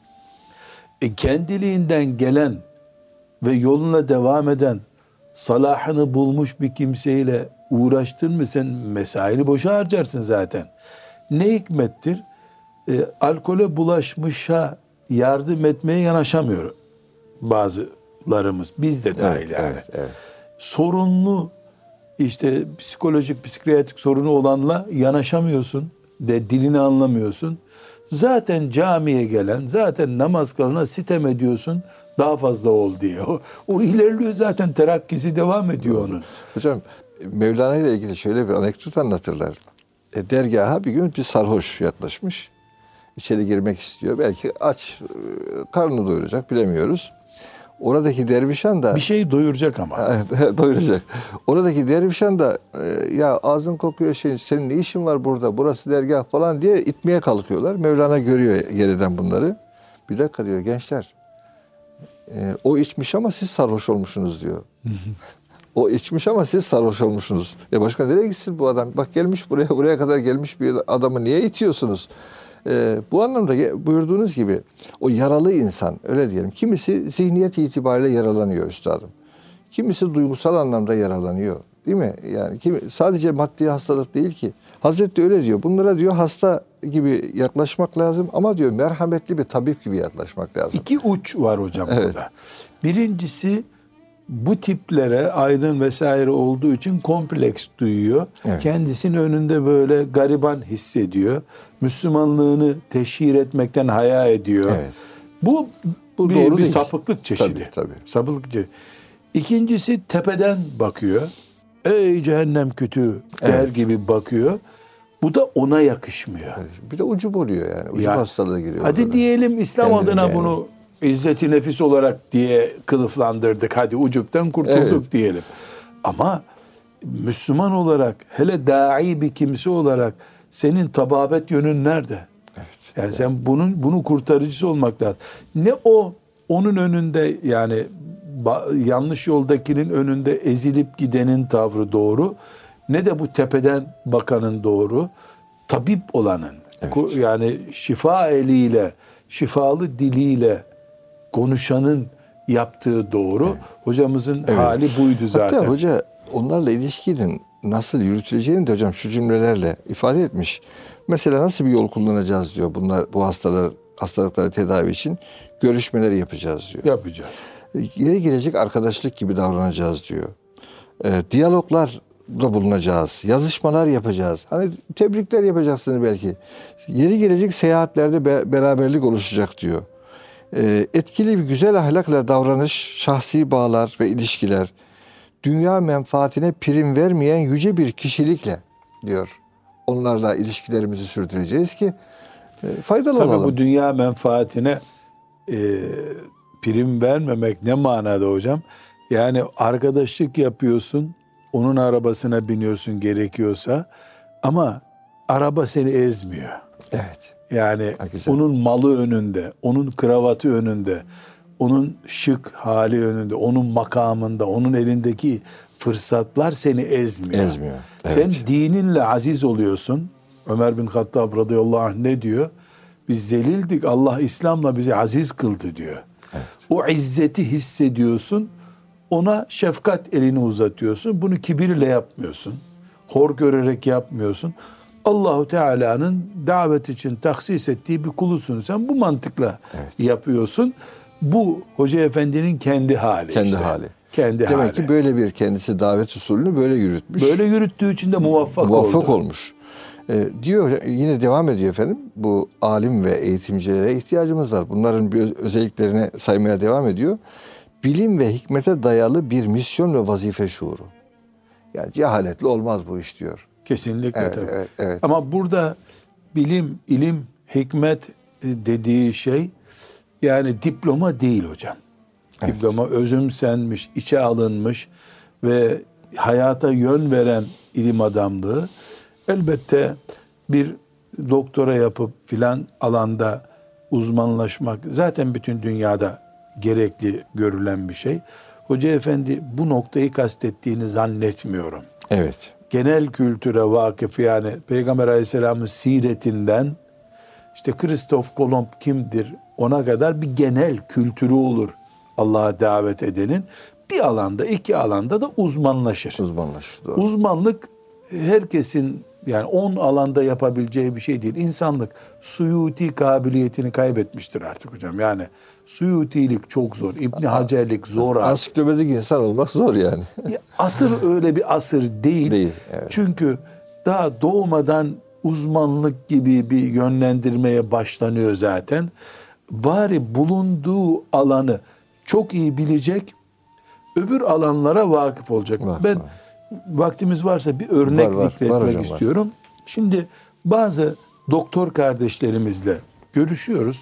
E kendiliğinden gelen ve yoluna devam eden, salahını bulmuş bir kimseyle uğraştın mı sen mesaini boşa harcarsın zaten. Ne hikmettir? E, alkole bulaşmışa yardım etmeye yanaşamıyor bazılarımız. Biz de dahil Evet, yani. evet, evet. Sorunlu, işte psikolojik, psikiyatrik sorunu olanla yanaşamıyorsun de dilini anlamıyorsun. Zaten camiye gelen, zaten namaz kılana sitem ediyorsun, daha fazla ol diye. O, o ilerliyor zaten, terakkisi devam ediyor onun. Hocam Mevlana ile ilgili şöyle bir anekdot anlatırlar. E, dergaha bir gün bir sarhoş yaklaşmış. İçeri girmek istiyor. Belki aç, karnını doyuracak, bilemiyoruz. Oradaki dervişan da... Bir şey doyuracak ama. doyuracak. Oradaki dervişan da ya ağzın kokuyor, şey, senin ne işin var burada, burası dergah falan diye itmeye kalkıyorlar. Mevlana görüyor geriden bunları. Bir dakika diyor gençler. E, o içmiş ama siz sarhoş olmuşsunuz diyor. O içmiş ama siz sarhoş olmuşsunuz. Ya başka nereye gitsin bu adam? Bak gelmiş buraya, buraya kadar gelmiş bir adamı niye itiyorsunuz? Ee, bu anlamda buyurduğunuz gibi o yaralı insan, öyle diyelim. Kimisi zihniyet itibariyle yaralanıyor üstadım. Kimisi duygusal anlamda yaralanıyor. Değil mi? Yani kimi, sadece maddi hastalık değil ki. Hazreti de öyle diyor. Bunlara diyor hasta gibi yaklaşmak lazım ama diyor merhametli bir tabip gibi yaklaşmak lazım. İki uç var hocam evet. burada. Birincisi bu tiplere aydın vesaire olduğu için kompleks duyuyor. Evet. Kendisinin önünde böyle gariban hissediyor. Müslümanlığını teşhir etmekten haya ediyor. Evet. Bu, bu bir, doğru bir sapıklık çeşidi. Tabii, tabii. Sapıklık çeşidi. İkincisi tepeden bakıyor. ey cehennem kötü der Evet. gibi bakıyor. Bu da ona yakışmıyor. Bir de ucub oluyor yani. Ucub Ya, hastalığı giriyor. hadi orada. diyelim İslam Kendini adına yani. bunu izzeti nefis olarak diye kılıflandırdık. Hadi ucuptan kurtulduk Evet. diyelim. Ama Müslüman olarak, hele da'i bir kimse olarak senin tababet yönün nerede? Evet. Yani sen bunun bunu kurtarıcısı olmak lazım. Ne o onun önünde, yani ba- yanlış yoldakinin önünde ezilip gidenin tavrı doğru, ne de bu tepeden bakanın doğru. Tabip olanın, Evet. ku- yani şifa eliyle, şifalı diliyle konuşanın yaptığı doğru. Hocamızın Evet. hali buydu zaten. Hatta hoca onlarla ilişkinin nasıl yürütüleceğini de hocam şu cümlelerle ifade etmiş. Mesela nasıl bir yol kullanacağız diyor. Bunlar bu hastalar hastalıkları tedavi için görüşmeleri yapacağız diyor. Yapacağız. Yeri gelecek arkadaşlık gibi davranacağız diyor. E, diyaloglarda bulunacağız. Yazışmalar yapacağız. Hani tebrikler yapacaksınız belki. Yeri gelecek seyahatlerde be- beraberlik oluşacak diyor. E, etkili bir güzel ahlakla davranış, şahsi bağlar ve ilişkiler, dünya menfaatine prim vermeyen yüce bir kişilikle diyor. Onlarla ilişkilerimizi sürdüreceğiz ki e, faydalı Tabii olalım. bu dünya menfaatine e, prim vermemek ne manada hocam? Yani arkadaşlık yapıyorsun, onun arabasına biniyorsun gerekiyorsa, ama araba seni ezmiyor. Evet. Yani Ha, güzel. onun malı önünde, onun kravatı önünde, onun şık hali önünde, onun makamında, onun elindeki fırsatlar seni ezmiyor. Ezmiyor, evet. Sen dininle aziz oluyorsun. Ömer bin Hattab radıyallahu anh ne diyor? Biz zelildik, Allah İslam'la bizi aziz kıldı diyor. Evet. O izzeti hissediyorsun, ona şefkat elini uzatıyorsun. Bunu kibirle yapmıyorsun. Hor görerek yapmıyorsun. Allahu Teala'nın davet için tahsis ettiği bir kulusun sen. Bu mantıkla Evet. yapıyorsun. Bu Hoca Efendi'nin kendi hali. Kendi işte. hali. Kendi Demek hali. ki böyle bir kendisi davet usulünü böyle yürütmüş. Böyle yürüttüğü için de muvaffak, muvaffak oldu. olmuş. Ee, diyor yine devam ediyor efendim. Bu alim ve eğitimcilere ihtiyacımız var. Bunların bir öz- özelliklerini saymaya devam ediyor. Bilim ve hikmete dayalı bir misyon ve vazife şuuru. Yani cehaletle olmaz bu iş diyor. Kesinlikle Evet, tabii. evet, evet. Ama burada bilim, ilim, hikmet dediği şey yani diploma değil hocam. Evet. Diploma özümsenmiş, içe alınmış ve hayata yön veren ilim adamlığı. Elbette bir doktora yapıp filan alanda uzmanlaşmak zaten bütün dünyada gerekli görülen bir şey. Hoca Efendi bu noktayı kastettiğini zannetmiyorum. Evet. Genel kültüre vakıf, yani Peygamber Aleyhisselam'ın siretinden işte Kristof Kolomb kimdir ona kadar bir genel kültürü olur Allah'a davet edenin. Bir alanda, iki alanda da uzmanlaşır. Uzmanlaş. Doğru. Uzmanlık herkesin yani on alanda yapabileceği bir şey değil. İnsanlık Suyuti kabiliyetini kaybetmiştir artık hocam. Yani Suyutilik çok zor. İbni Hacerlik zor artık. Ansiklopedik insan olmak zor yani. Asır öyle bir asır değil. Değil, evet. Çünkü daha doğmadan uzmanlık gibi bir yönlendirmeye başlanıyor zaten. Bari bulunduğu alanı çok iyi bilecek, öbür alanlara vakıf olacak. Var, ben var. vaktimiz varsa bir örnek Var, var, zikretmek var hocam, var. istiyorum. Şimdi bazı doktor kardeşlerimizle görüşüyoruz.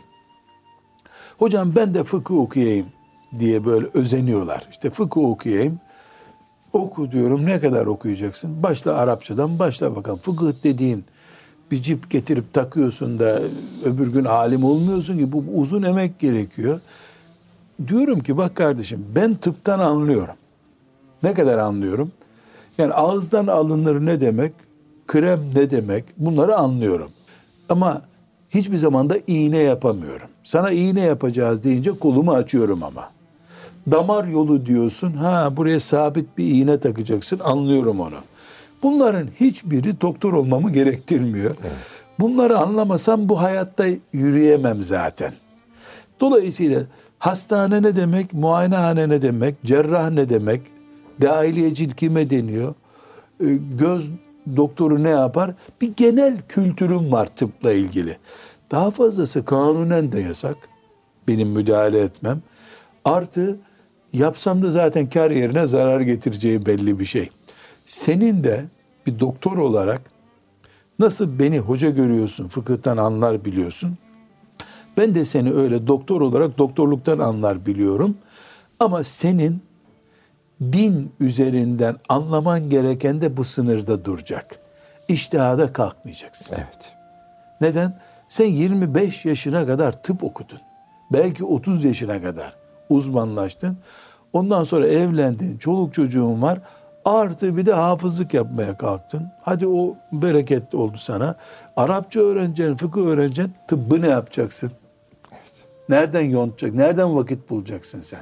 Hocam ben de fıkıh okuyayım diye böyle özeniyorlar. İşte fıkıh okuyayım. Oku diyorum, ne kadar okuyacaksın? Başla Arapçadan başla bakalım. Fıkıh dediğin bir cip getirip takıyorsun da öbür gün alim olmuyorsun ki, bu uzun emek gerekiyor. Diyorum ki bak kardeşim, ben tıptan anlıyorum. Ne kadar anlıyorum? Yani ağızdan alınır ne demek? Krem ne demek? Bunları anlıyorum. Ama hiçbir zaman da iğne yapamıyorum. Sana iğne yapacağız deyince kolumu açıyorum ama. Damar yolu diyorsun. Ha, buraya sabit bir iğne takacaksın. Anlıyorum onu. Bunların hiçbiri doktor olmamı gerektirmiyor. Evet. Bunları anlamasam bu hayatta yürüyemem zaten. Dolayısıyla hastane ne demek, muayenehane ne demek, cerrah ne demek, dahiliye cilkime deniyor, Ee, göz doktoru ne yapar? Bir genel kültürüm var tıpla ilgili. Daha fazlası kanunen de yasak. Benim müdahale etmem. Artı yapsam da zaten kar yerine zarar getireceği belli bir şey. Senin de bir doktor olarak nasıl beni hoca görüyorsun, fıkıhtan anlar biliyorsun. Ben de seni öyle doktor olarak doktorluktan anlar biliyorum. Ama senin din üzerinden anlaman gereken de bu sınırda duracak. İçtihada kalkmayacaksın. Evet. Neden? Sen yirmi beş yaşına kadar tıp okudun. Belki otuz yaşına kadar uzmanlaştın. Ondan sonra evlendin, çoluk çocuğun var. Artı bir de hafızlık yapmaya kalktın. Hadi o bereket oldu sana. Arapça öğreneceksin, fıkıh öğreneceksin. Tıbbı ne yapacaksın? Evet. Nereden yontacak? Nereden vakit bulacaksın sen?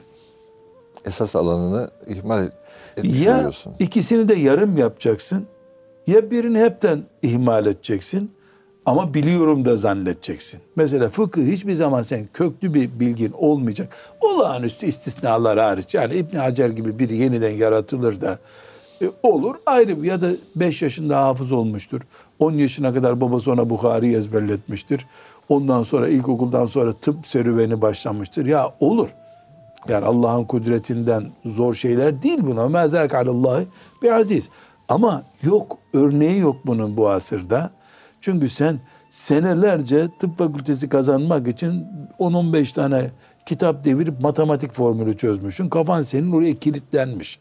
Esas alanını ihmal etmiş Ya oluyorsun. ikisini de yarım yapacaksın. Ya birini hepten ihmal edeceksin. Ama biliyorum da zannedeceksin. Mesela fıkıh hiçbir zaman sen köklü bir bilgin olmayacak. Olağanüstü istisnalar hariç. Yani İbn Hacer gibi biri yeniden yaratılır da e, olur. Ayrı, ya da beş yaşında hafız olmuştur. on yaşına kadar babası ona Bukhari ezberletmiştir. Ondan sonra ilkokuldan sonra tıp serüveni başlamıştır. Ya olur. Yani Allah'ın kudretinden zor şeyler değil buna. Mezâk alallâhi bi aziz. Ama yok, örneği yok bunun bu asırda. Çünkü sen senelerce tıp fakültesi kazanmak için on on beş tane kitap devirip matematik formülü çözmüşsün. Kafan senin oraya kilitlenmiş.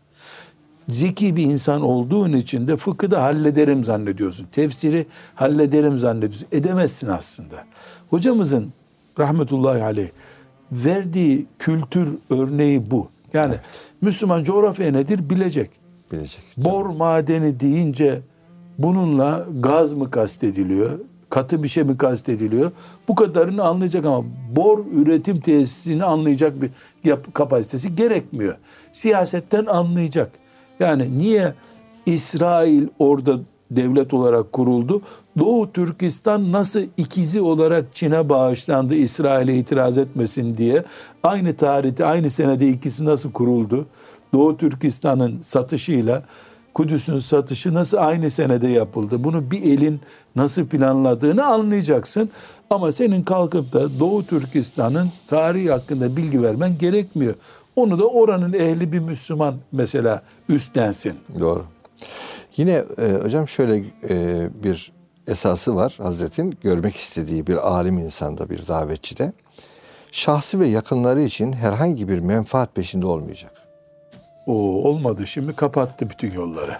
Zeki bir insan olduğun için de fıkhı da hallederim zannediyorsun. Tefsiri hallederim zannediyorsun. Edemezsin aslında. Hocamızın rahmetullahi aleyh verdiği kültür örneği bu. Yani evet. Müslüman coğrafya nedir bilecek. Bilecek. Bor madeni deyince bununla gaz mı kastediliyor? Katı bir şey mi kastediliyor? Bu kadarını anlayacak ama bor üretim tesisini anlayacak bir yap- kapasitesi gerekmiyor. Siyasetten anlayacak. Yani niye İsrail orada devlet olarak kuruldu? Doğu Türkistan nasıl ikizi olarak Çin'e bağışlandı İsrail'e itiraz etmesin diye? Aynı tarihte, aynı senede ikisi nasıl kuruldu? Doğu Türkistan'ın satışıyla Kudüs'ün satışı nasıl aynı senede yapıldı? Bunu bir elin nasıl planladığını anlayacaksın. Ama senin kalkıp da Doğu Türkistan'ın tarihi hakkında bilgi vermen gerekmiyor. Onu da oranın ehli bir Müslüman mesela üstlensin. Doğru. Yine e, hocam şöyle e, bir esası var Hazret'in görmek istediği bir alim insanda, bir davetçide. Şahsi ve yakınları için herhangi bir menfaat peşinde olmayacak. O olmadı, şimdi kapattı bütün yolları.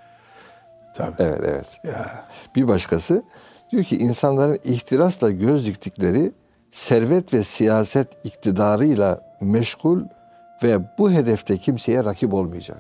Tabii. Evet, evet. Ya. Bir başkası diyor ki insanların ihtirasla göz diktikleri servet ve siyaset iktidarıyla meşgul ve bu hedefte kimseye rakip olmayacak.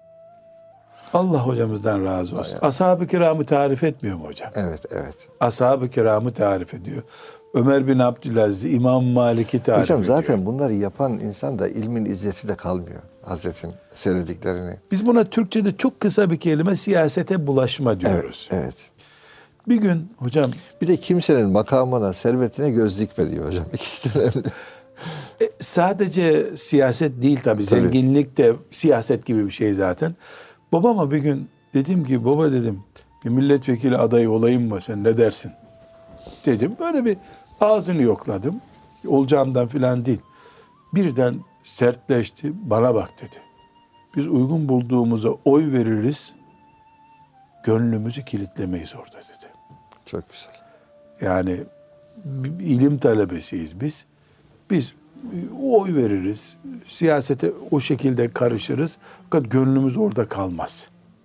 Allah hocamızdan razı olsun. Aynen. Ashab-ı kiramı tarif etmiyor mu hocam? Evet, evet. Ashab-ı kiramı tarif ediyor. Ömer bin Abdülaziz, İmam Malik'i tarif Hocam ediyor. zaten bunları yapan insan da ilmin izzeti de kalmıyor. Hazretin söylediklerini. Biz buna Türkçe'de çok kısa bir kelime siyasete bulaşma diyoruz. Evet, evet. Bir gün hocam... Bir de kimsenin makamına, servetine göz dikme diyor hocam. İkisi de önemli. E, sadece siyaset değil tabii. Tabii. Zenginlik de siyaset gibi bir şey zaten. Babama bir gün dedim ki baba dedim bir milletvekili adayı olayım mı, sen ne dersin? Dedim. Böyle bir ağzını yokladım. Olacağımdan filan değil. Birden sertleşti. Bana bak dedi. Biz uygun bulduğumuza oy veririz. Gönlümüzü kilitlemeyiz orada dedi. Çok güzel. Yani ilim talebesiyiz biz. Biz oy veririz. Siyasete o şekilde karışırız. Fakat gönlümüz orada kalmaz.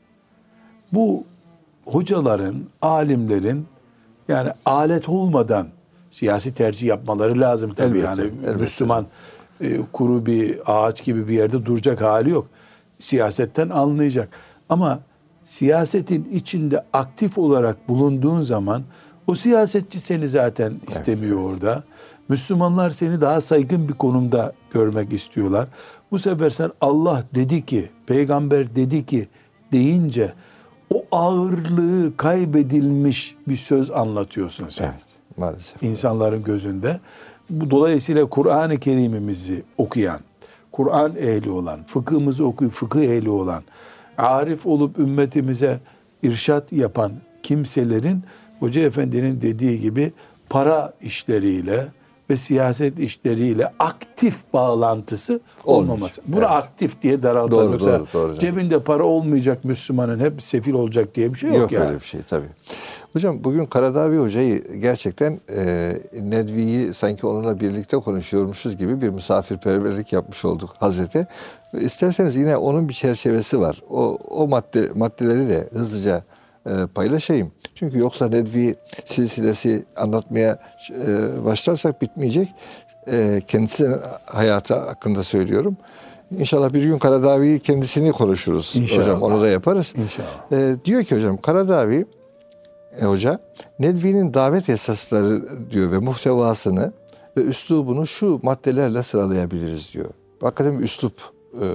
Bu hocaların, alimlerin yani alet olmadan siyasi tercih yapmaları lazım tabii. Elbette, yani elbette. Müslüman e, kuru bir ağaç gibi bir yerde duracak hali yok. Siyasetten anlayacak. Ama siyasetin içinde aktif olarak bulunduğun zaman o siyasetçi seni zaten istemiyor evet, orada. Müslümanlar seni daha saygın bir konumda görmek istiyorlar. Bu sefer sen Allah dedi ki, peygamber dedi ki deyince o ağırlığı kaybedilmiş bir söz anlatıyorsun sen. Evet, maalesef. İnsanların gözünde. Bu dolayısıyla Kur'an-ı Kerim'imizi okuyan, Kur'an ehli olan, fıkhımızı okuyup fıkıh ehli olan, arif olup ümmetimize irşat yapan kimselerin Hoca Efendi'nin dediği gibi para işleriyle, ve siyaset işleriyle aktif bağlantısı Olmuş. olmaması. Bunu Evet. aktif diye daraltalım. Doğru, Yoksa doğru, doğru hocam. cebinde para olmayacak Müslümanın hep sefil olacak diye bir şey yok, Yok yani. öyle bir şey tabii. Hocam bugün Karadavi Hoca'yı gerçekten e, Nedvi'yi sanki onunla birlikte konuşuyormuşuz gibi bir misafirperverlik yapmış olduk Hazreti. İsterseniz yine onun bir çerçevesi var. O, o madde maddeleri de hızlıca e, paylaşayım. Çünkü yoksa Nedvi silsilesi anlatmaya e, başlarsak bitmeyecek. E, kendisinin hayatı hakkında söylüyorum. İnşallah bir gün Karadavi'yi kendisini konuşuruz. İnşallah. Hocam onu da yaparız. İnşallah. E, diyor ki hocam Karadavi e, hoca Nedvi'nin davet esasları diyor ve muhtevasını ve üslubunu şu maddelerle sıralayabiliriz diyor. Hakikaten bir üslup e,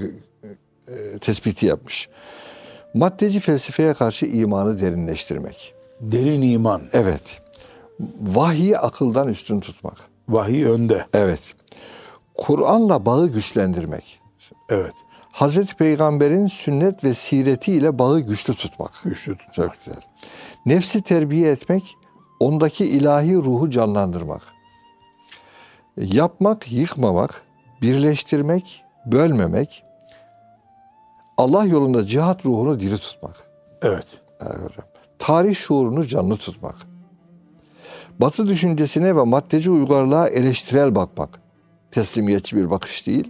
e, tespiti yapmış. Maddeci felsefeye karşı imanı derinleştirmek. Derin iman. Evet. Vahyi akıldan üstün tutmak. Vahiy önde. Evet. Kur'an'la bağı güçlendirmek. Evet. Hazreti Peygamber'in sünnet ve siretiyle bağı güçlü tutmak. Güçlü tutmak. Çok güzel. Nefsi terbiye etmek, ondaki ilahi ruhu canlandırmak. Yapmak, yıkmamak, birleştirmek, bölmemek, Allah yolunda cihat ruhunu diri tutmak. Evet. Evet hocam. Tarih şuurunu canlı tutmak. Batı düşüncesine ve maddeci uygarlığa eleştirel bakmak. Teslimiyetçi bir bakış değil,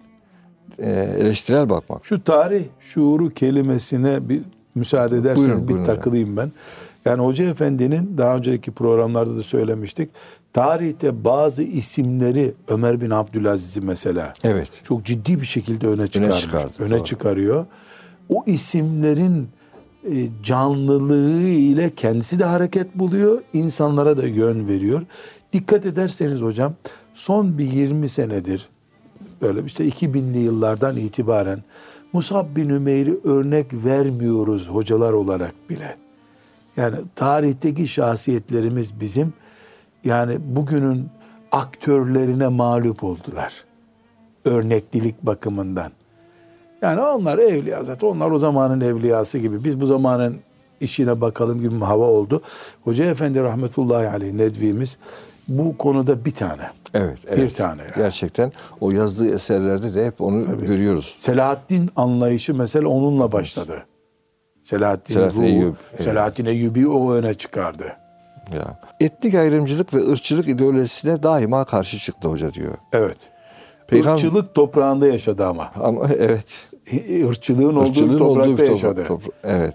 eleştirel bakmak. Şu tarih şuuru kelimesine bir müsaade ederseniz Buyurun, bir buyurun takılayım ben. Yani Hoca Efendi'nin daha önceki programlarda da söylemiştik. Tarihte bazı isimleri Ömer bin Abdülaziz'i mesela Evet. çok ciddi bir şekilde öne çıkarmış. çıkardı, öne doğru. çıkarıyor. O isimlerin e, canlılığı ile kendisi de hareket buluyor. İnsanlara da yön veriyor. Dikkat ederseniz hocam son bir yirmi senedir böyle işte iki binli yıllardan itibaren Musab bin Ümeyr'i örnek vermiyoruz hocalar olarak bile. Yani tarihteki şahsiyetlerimiz bizim yani bugünün aktörlerine mağlup oldular. Örneklilik bakımından. Yani onlar evliya zaten. Onlar o zamanın evliyası gibi. Biz bu zamanın işine bakalım gibi bir hava oldu. Hoca Efendi rahmetullahi aleyh Nedvi'miz bu konuda bir tane. Evet, evet. Bir tane yani. Gerçekten o yazdığı eserlerde de hep onu Tabii. görüyoruz. Selahaddin anlayışı mesela onunla başladı. Selahaddin, Selahaddin ruhu, Eyyubi, evet. Selahaddin Eyyubi o öne çıkardı. Ya. Etnik ayrımcılık ve ırkçılık ideolojisine daima karşı çıktı hoca diyor. Evet. Peygam- Irkçılık toprağında yaşadı ama. Ama evet. Irkçılığın olduğu Irkçılığın bir toprakta olduğu bir yaşadı. toprak- toprak- evet.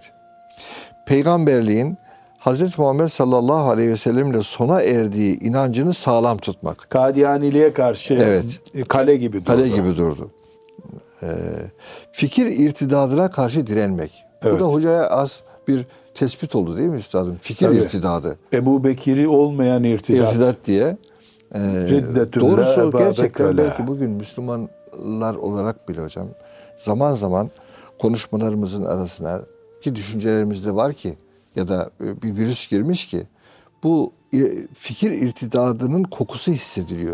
Peygamberliğin Hazreti Muhammed sallallahu aleyhi ve sellemle sona erdiği inancını sağlam tutmak. Kadiyaniliğe karşı Evet. kale gibi durdu. Kale gibi durdu. Ee, fikir irtidadına karşı direnmek. Evet. Bu da hocaya az bir tespit oldu değil mi üstadım? Fikir Tabii. irtidadı. Ebu Bekir'i olmayan irtidat. İrtidat diye. Ee, Riddetülle doğrusu Ebu gerçekten Bekir'le. belki bugün Müslümanlar olarak bile hocam zaman zaman konuşmalarımızın arasına ki düşüncelerimizde var ki ya da bir virüs girmiş ki bu fikir irtidadının kokusu hissediliyor.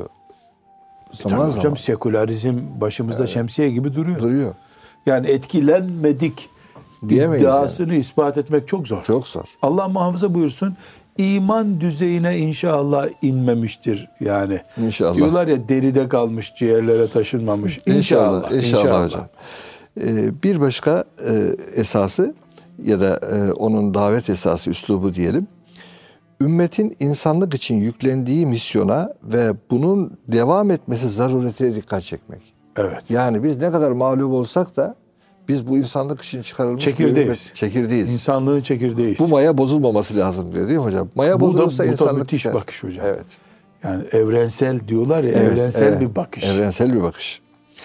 Zaman Tabii zaman hocam sekülerizm başımızda evet. şemsiye gibi duruyor. duruyor. Yani etkilenmedik Diyemeyiz iddiasını yani. ispat etmek çok zor. Çok zor. Allah muhafaza buyursun. İman düzeyine inşallah inmemiştir yani. İnşallah. Diyorlar ya deride kalmış, ciğerlere taşınmamış. İnşallah. İnşallah, inşallah, inşallah hocam. Ee, bir başka e, esası ya da e, onun davet esası, üslubu diyelim. Ümmetin insanlık için yüklendiği misyona ve bunun devam etmesi zaruretine dikkat çekmek. Evet. Yani biz ne kadar mağlup olsak da biz bu insanlık için çıkarılmış çekirdeğiz. bir çekirdeğiz. İnsanlığın çekirdeğiz. Bu maya bozulmaması lazım diyor değil mi hocam? Maya bu bozulursa da, bu insanlık da müthiş biter. bakış hocam. Evet. Yani evrensel diyorlar ya, Evet, evrensel evet. bir bakış. Evrensel bir bakış.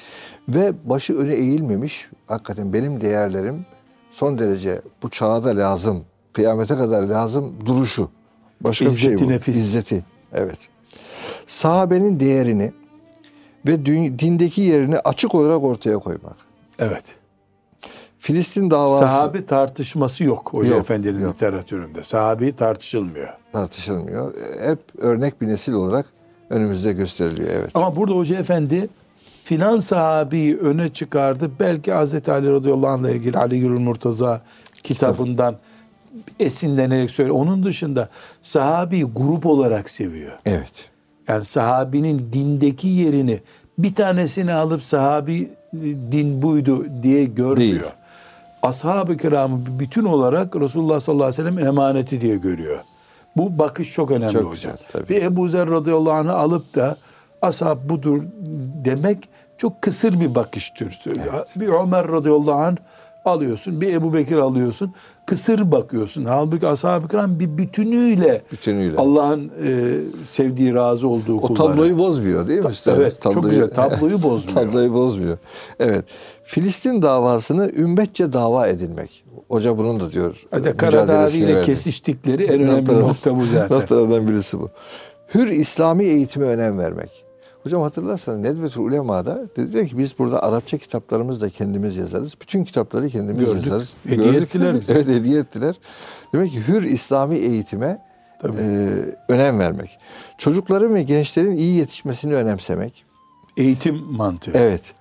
Ve başı öne eğilmemiş, hakikaten benim değerlerim son derece bu çağda lazım, kıyamete kadar lazım duruşu. Başka İzzeti bir şey bu. nefis. İzzeti, evet. Sahabenin değerini ve dindeki yerini açık olarak ortaya koymak. Evet. Filistin davası... Sahabi tartışması yok Hoca Yok, Efendi'nin yok. literatüründe. Sahabi tartışılmıyor. Tartışılmıyor. Hep örnek bir nesil olarak önümüzde gösteriliyor, evet. Ama burada Hoca Efendi filan sahabeyi öne çıkardı. Belki Hazreti Ali radıyallahu anh'la ilgili Ali Gülül Murtaza kitabından esinlenerek söylüyor. Onun dışında sahabeyi grup olarak seviyor. Evet. Yani sahabinin dindeki yerini bir tanesini alıp sahabi din buydu diye görmüyor. Değil. Ashab-ı kiramı bütün olarak Resulullah sallallahu aleyhi ve sellem'in emaneti diye görüyor. Bu bakış çok önemli Çok hocam. güzel, tabii. Bir Ebu Zer radıyallahu anh'ı alıp da ashab budur demek çok kısır bir bakıştır. Evet. Bir Ömer radıyallahu anh alıyorsun, bir Ebu Bekir alıyorsun, kısır bakıyorsun. Halbuki ashab-ı kiram bir bütünüyle, Bütünüyle. Allah'ın e, sevdiği, razı olduğu O kulları. tabloyu bozmuyor değil mi üstadım? Evet, çok güzel. Tabloyu bozmuyor. Tabloyu bozmuyor. Evet. Filistin davasını ümmetçe dava edilmek. Hoca bunun da diyor. Hatta Karadavi mücadelesini ile verdi. kesiştikleri en önemli Noktalar- nokta bu zaten. Noktalardan birisi bu. Hür İslami eğitime önem vermek. Hocam hatırlarsanız Nedvetül Ulema'da dediler ki biz burada Arapça kitaplarımızı da kendimiz yazarız. Bütün kitapları kendimiz Gördük. yazarız. Hediye Gördük. ettiler bize. Evet, hediye ettiler. Demek ki hür İslami eğitime e, önem vermek. Çocukların ve gençlerin iyi yetişmesini önemsemek. Eğitim mantığı. Evet.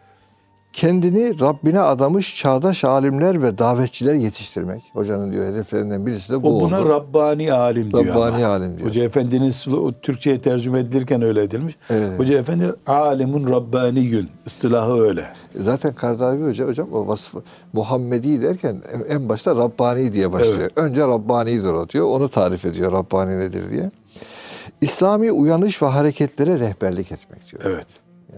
Kendini Rabbine adamış çağdaş alimler ve davetçiler yetiştirmek. Hocanın diyor hedeflerinden birisi de bu O buna oldu. Rabbani alim diyor Rabbani ama. alim diyor. Hoca Efendi'nin slo- o Türkçe'ye tercüme edilirken öyle edilmiş. Evet. Hoca Efendi alimun Rabbaniyün. İstilahı öyle. Zaten Kardavi Hoca hocam o vasfı Muhammedi derken en başta Rabbani diye başlıyor. Evet. Önce Rabbani'dir o diyor. Onu tarif ediyor Rabbani nedir diye. İslami uyanış ve hareketlere rehberlik etmek diyor. Evet.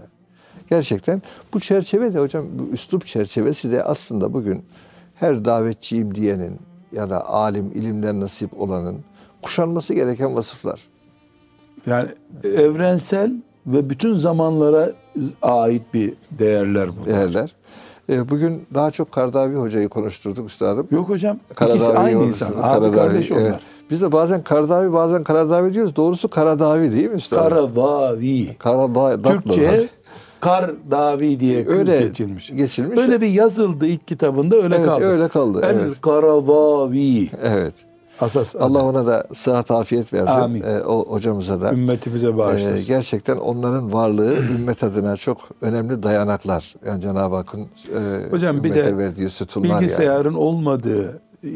Gerçekten bu çerçeve de hocam bu üslup çerçevesi de aslında bugün her davetçiyim diyenin ya da alim, ilimden nasip olanın kuşanması gereken vasıflar. Yani evrensel ve bütün zamanlara ait bir değerler bu. Değerler. Ee, bugün daha çok Kardavi Hoca'yı konuşturduk üstadım. Yok hocam. Karadavi ikisi aynı olsun, insan. Abi Karadavi, kardeş onlar. evet. Biz de bazen Kardavi bazen Karadavi diyoruz. Doğrusu Karadavi değil mi üstadım? Karadavi. Karadavi. Türkçe Kardavi diye Öyle geçilmiş. geçilmiş. Öyle bir yazıldı ilk kitabında öyle Evet, kaldı. öyle kaldı, El evet. Karadavi. Evet. Asas Allah adı. ona da sıhhat afiyet versin. Amin. Ee, o hocamıza da. Ümmetimize bağışlasın. Ee, gerçekten onların varlığı ümmet adına çok önemli dayanaklar. Yani Cenab-ı Hakk'ın e, Hocam bir ümmete de verdiği sütunlar yani. bilgisayarın olmadığı, e,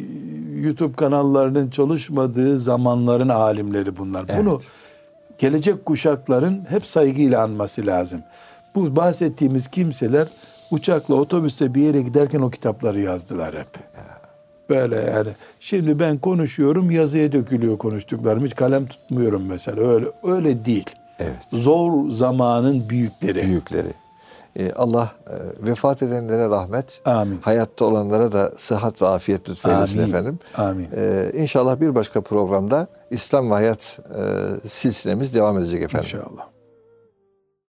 YouTube kanallarının çalışmadığı zamanların alimleri bunlar. Evet. Bunu gelecek kuşakların hep saygıyla anması lazım. Bu bahsettiğimiz kimseler uçakla, otobüste bir yere giderken o kitapları yazdılar hep. Böyle yani. Şimdi ben konuşuyorum, yazıya dökülüyor konuştuklarım. Hiç kalem tutmuyorum mesela. Öyle öyle değil. Evet. Zor zamanın büyükleri. Büyükleri. Ee, Allah e, vefat edenlere rahmet, Amin. hayatta olanlara da sıhhat ve afiyet lütfeylesin Amin. efendim. Amin. Ee, İnşallah bir başka programda İslam ve Hayat e, silsilemiz devam edecek efendim. İnşallah.